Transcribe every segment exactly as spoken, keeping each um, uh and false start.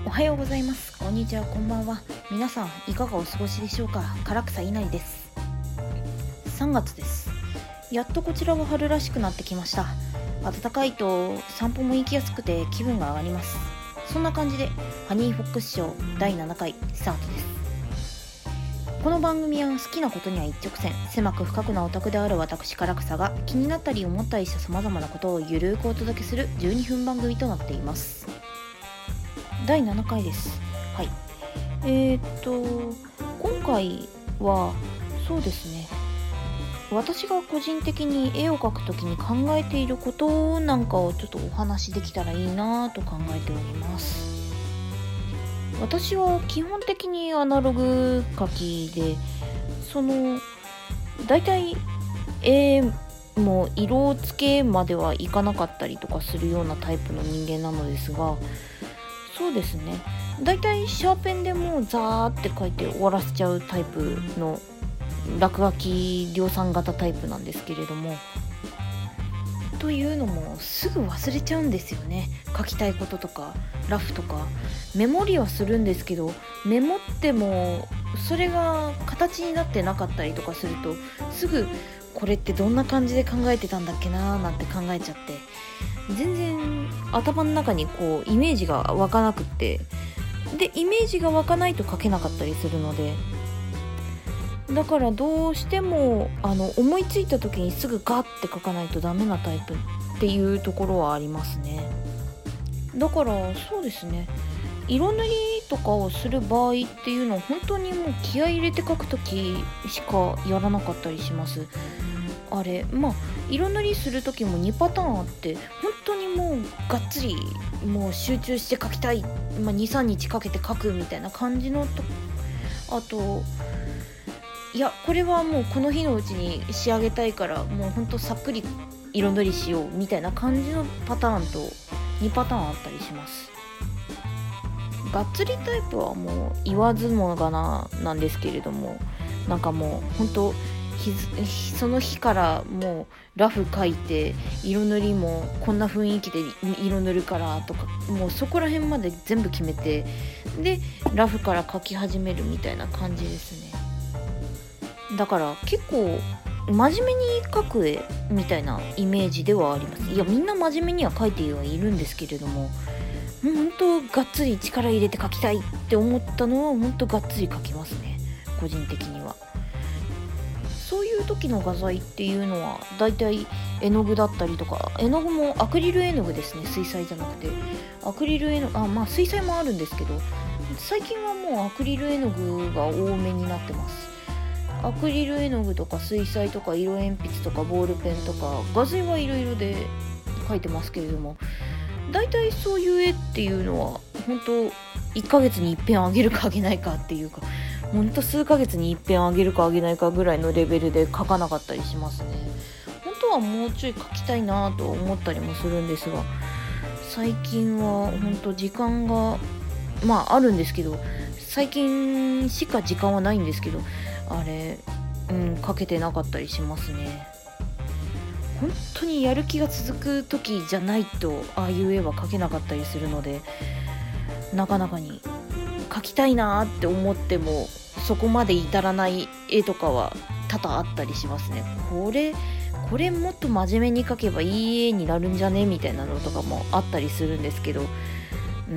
おはようございます。こんにちは、こんばんは。皆さんいかがお過ごしでしょうか。唐草稲荷です。さんがつです。やっとこちらは春らしくなってきました。暖かいと散歩も行きやすくて気分が上がります。そんな感じでハニーフォックスショーだいななかいスタートです。この番組は好きなことには一直線、狭く深くなオタクである私唐草が気になったり思ったりした様々なことをゆるーくお届けするじゅうにふん番組となっています。だいななかいです。はい。えー、っと今回はそうですね。私が個人的に絵を描くときに考えていることなんかをちょっとお話しできたらいいなと考えております。私は基本的にアナログ描きで、そのだいたい絵も色付けまではいかなかったりとかするようなタイプの人間なのですが、そうですね、だいたいシャーペンでもうザーって書いて終わらせちゃうタイプの落書き量産型タイプなんですけれども、というのもすぐ忘れちゃうんですよね。書きたいこととかラフとかメモりはするんですけど、メモってもそれが形になってなかったりとかすると、すぐこれってどんな感じで考えてたんだっけなーなんて考えちゃって、全然頭の中にこうイメージが湧かなくって、でイメージが湧かないと書けなかったりするので、だからどうしてもあの思いついた時にすぐガッて書かないとダメなタイプっていうところはありますね。だからそうですね、色塗りとかをする場合っていうのは本当にもう気合い入れて書く時しかやらなかったりします。あれまあ色塗りする時もにパターンあって、本当にもうがっつりもう集中して書きたい、まあ、にさんにちかけて書くみたいな感じのと、あといやこれはもうこの日のうちに仕上げたいからもうほんとさっくり色塗りしようみたいな感じのパターンとにパターンあったりします。がっつりタイプはもう言わずもがななんですけれども、なんかもうほんとその日からもうラフ描いて色塗りもこんな雰囲気で色塗るからとか、もうそこら辺まで全部決めて、でラフから描き始めるみたいな感じですね。だから結構真面目に描く絵みたいなイメージではあります。いやみんな真面目には描いてはいるんですけれども、もうほんとがっつり力入れて描きたいって思ったのはほんとがっつり描きますね、個人的には。そういう時の画材っていうのはだいたい絵の具だったりとか、絵の具もアクリル絵の具ですね、水彩じゃなくてアクリル絵の具、あまあ水彩もあるんですけど、最近はもうアクリル絵の具が多めになってます。アクリル絵の具とか水彩とか色鉛筆とかボールペンとか画材はいろいろで描いてますけれども、だいたいそういう絵っていうのは本当いっかげつに一遍あげるかあげないかっていうか、本当数ヶ月に一遍あげるかあげないかぐらいのレベルで描かなかったりしますね。本当はもうちょい描きたいなと思ったりもするんですが、最近は本当時間がまああるんですけど、最近しか時間はないんですけど、あれうんかけてなかったりしますね。本当にやる気が続く時じゃないとああいう絵は描けなかったりするので、なかなかに描きたいなって思ってもそこまで至らない絵とかは多々あったりしますね。これこれもっと真面目に描けばいい絵になるんじゃねみたいなのとかもあったりするんですけど、うん、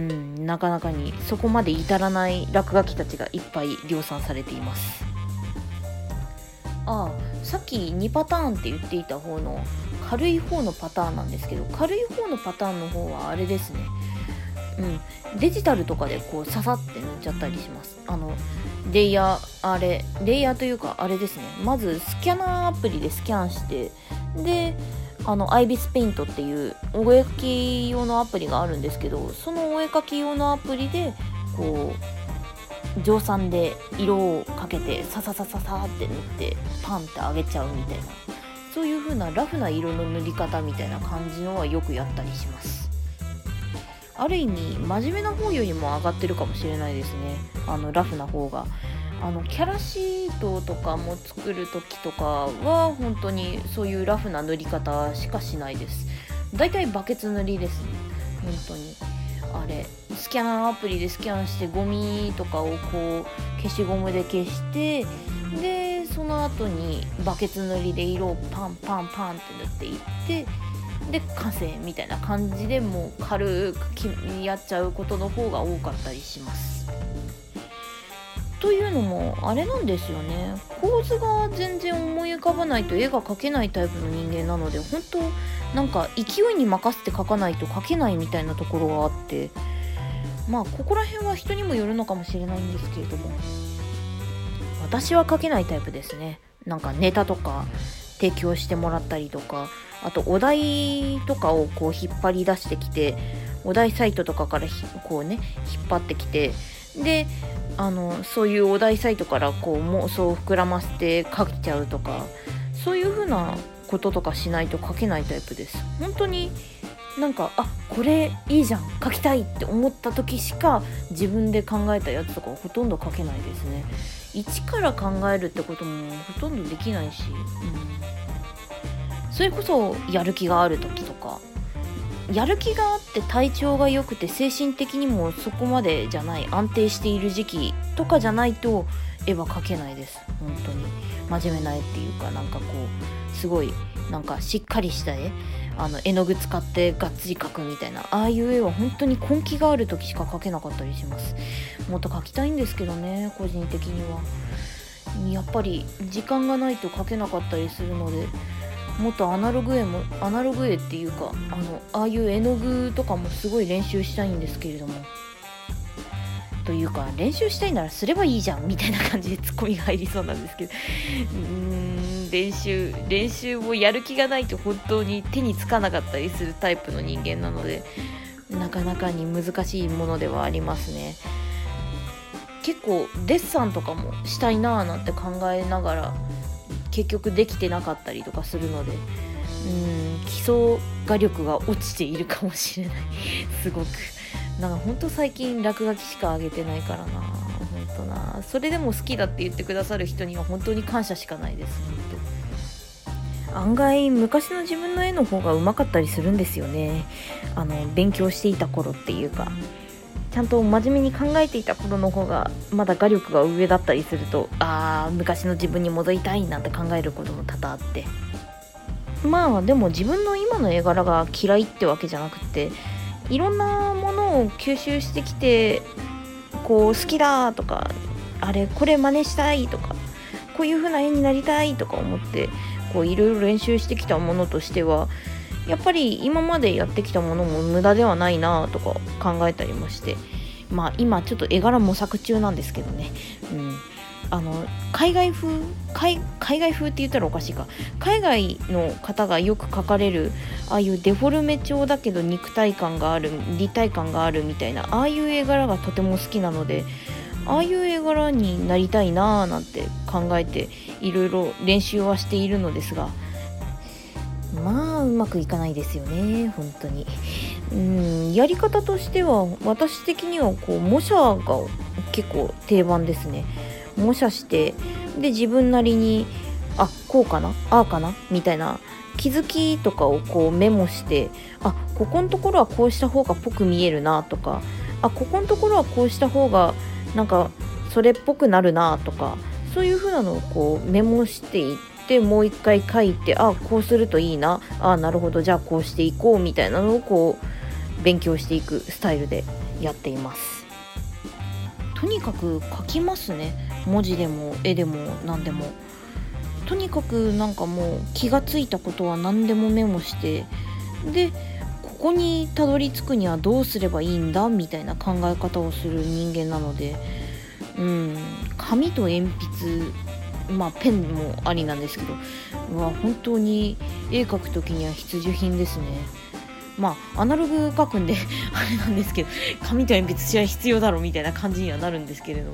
なかなかにそこまで至らない落書きたちがいっぱい量産されています。ああ、さっきにパターンって言っていた方の軽い方のパターンなんですけど、軽い方のパターンの方はあれですね、うん、デジタルとかでこうささって塗っちゃったりします。あのレイヤーあれレイヤーというかあれですね、まずスキャナーアプリでスキャンして、であのアイビスペイントっていうお絵描き用のアプリがあるんですけど、そのお絵描き用のアプリでこう定酸で色をかけてサササササって塗ってパンってあげちゃうみたいな、そういう風なラフな色の塗り方みたいな感じのはよくやったりします。ある意味真面目な方よりも上がってるかもしれないですね、あのラフな方が。あのキャラシートとかも作る時とかは本当にそういうラフな塗り方しかしないです。だいたいバケツ塗りですね、本当に。あれスキャナーアプリでスキャンしてゴミとかをこう消しゴムで消して、でその後にバケツ塗りで色をパンパンパンって塗っていって、で完成みたいな感じでもう軽くやっちゃうことの方が多かったりします。というのもあれなんですよね、構図が全然思い浮かばないと絵が描けないタイプの人間なので、本当なんか勢いに任せて描かないと描けないみたいなところがあって、まあここら辺は人にもよるのかもしれないんですけれども、私は描けないタイプですね。なんかネタとか提供してもらったりとか、あとお題とかをこう引っ張り出してきて、お題サイトとかからこうね引っ張ってきて、であのそういうお題サイトからこう妄想を膨らませて書いちゃうとか、そういう風なこととかしないと書けないタイプです。本当になんかあこれいいじゃん書きたいって思った時しか自分で考えたやつとかほとんど書けないですね。一から考えるってこともほとんどできないし、うん、それこそやる気がある時とか、やる気があって体調が良くて精神的にもそこまでじゃない安定している時期とかじゃないと絵は描けないです。本当に真面目な絵っていうか、なんかこうすごいなんかしっかりした絵、あの絵の具使ってがっつり描くみたいな、ああいう絵は本当に根気がある時しか描けなかったりします。もっと描きたいんですけどね、個人的にはやっぱり時間がないと描けなかったりするので、もっとアナログ絵もアナログ絵っていうか、あのああいう絵の具とかもすごい練習したいんですけれども、というか練習したいならすればいいじゃんみたいな感じでツッコミが入りそうなんですけど、うーん練習練習をやる気がないと本当に手につかなかったりするタイプの人間なので、なかなかに難しいものではありますね。結構デッサンとかもしたいなーなんて考えながら結局できてなかったりとかするので、うーん基礎画力が落ちているかもしれないすごくなんかほんと最近落書きしか上げてないからな、ほんとな。それでも好きだって言ってくださる人には本当に感謝しかないです。本当案外昔の自分の絵の方が上手かったりするんですよね。あの勉強していた頃っていうか、ちゃんと真面目に考えていた頃の方がまだ画力が上だったりすると、あー昔の自分に戻りたいなんて考えることも多々あって、まあでも自分の今の絵柄が嫌いってわけじゃなくて、いろんなものを吸収してきて、こう好きだとか、あれこれ真似したいとか、こういう風な絵になりたいとか思ってこういろいろ練習してきたものとしては、やっぱり今までやってきたものも無駄ではないなとか考えたりもして、まあ今ちょっと絵柄模索中なんですけどね、うん、あの海外風 海, 海外風って言ったらおかしいか、海外の方がよく描かれるああいうデフォルメ調だけど肉体感がある、立体感があるみたいな、ああいう絵柄がとても好きなので、ああいう絵柄になりたいなーなんて考えていろいろ練習はしているのですが、まあうまくいかないですよね本当に。うんやり方としては私的にはこう模写が結構定番ですね。模写してで自分なりにあこうかなああかなみたいな気づきとかをこうメモして、あここのところはこうした方がぽく見えるなとか、あここのところはこうした方がなんかそれっぽくなるなとか、そういう風なのをこうメモしていって、もう一回書いて、あこうするといいな、あなるほどじゃあこうしていこうみたいなのをこう勉強していくスタイルでやっています。とにかく書きますね。文字でも絵でも何でも、とにかくなんかもう気がついたことは何でもメモして、でここにたどり着くにはどうすればいいんだみたいな考え方をする人間なので、うん紙と鉛筆、まあペンもありなんですけど、うわ本当に絵描くときには必需品ですね。まあアナログ描くんであれなんですけど、紙と鉛筆は必要だろうみたいな感じにはなるんですけれども、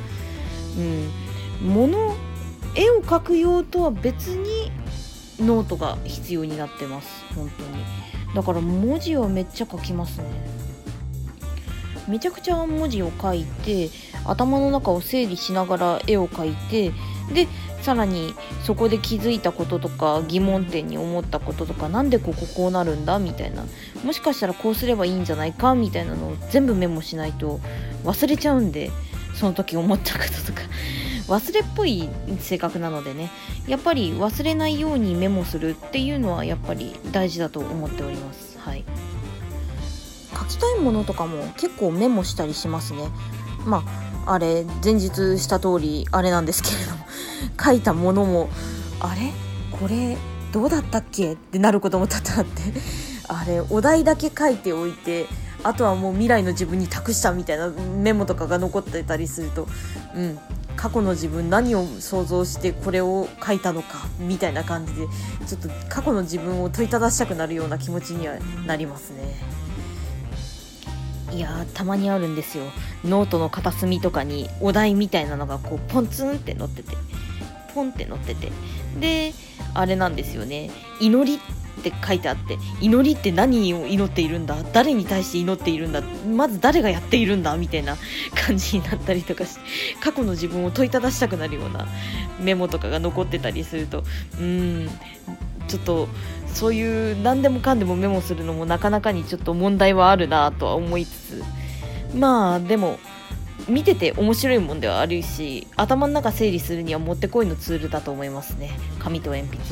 うん物絵を描く用とは別にノートが必要になってます。本当にだから文字はめっちゃ描きますね。めちゃくちゃ文字を書いて頭の中を整理しながら絵を描いて、でさらにそこで気づいたこととか疑問点に思ったこととか、なんでこここうなるんだみたいな、もしかしたらこうすればいいんじゃないかみたいなのを全部メモしないと忘れちゃうんで、その時思ったこととか忘れっぽい性格なのでね、やっぱり忘れないようにメモするっていうのはやっぱり大事だと思っております。はい、書きたいものとかも結構メモしたりしますね。まああれ前日した通りあれなんですけれども書いたものもあれこれどうだったっけってなることも多々あってあれお題だけ書いておいて、あとはもう未来の自分に託したみたいなメモとかが残ってたりすると、うん過去の自分何を想像してこれを書いたのかみたいな感じで、ちょっと過去の自分を問いただしたくなるような気持ちにはなりますね。いやたまにあるんですよ。ノートの片隅とかにお題みたいなのがこうポンツンって載っててポンって載ってて、であれなんですよね、祈りって書いてあって、祈りって何を祈っているんだ、誰に対して祈っているんだ、まず誰がやっているんだみたいな感じになったりとかして、過去の自分を問いただしたくなるようなメモとかが残ってたりすると、うーんちょっとそういう何でもかんでもメモするのもなかなかにちょっと問題はあるなとは思いつつ、まあでも見てて面白いもんではあるし、頭の中整理するにはもってこいのツールだと思いますね、紙と鉛筆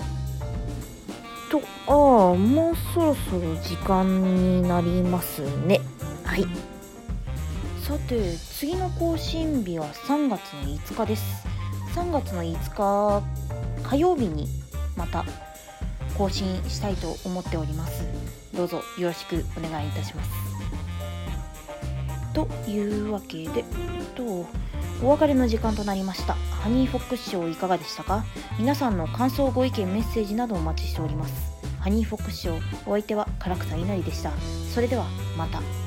と。ああもうそろそろ時間になりますね。はい、さて次の更新日はさんがつのいつかです。さんがつのいつか火曜日にまた更新したいと思っております。どうぞよろしくお願いいたします。というわけでとお別れの時間となりました。ハニーフォックスショーいかがでしたか？皆さんの感想、ご意見、メッセージなどお待ちしております。ハニーフォックスショー、お相手は唐草いなりでした。それではまた。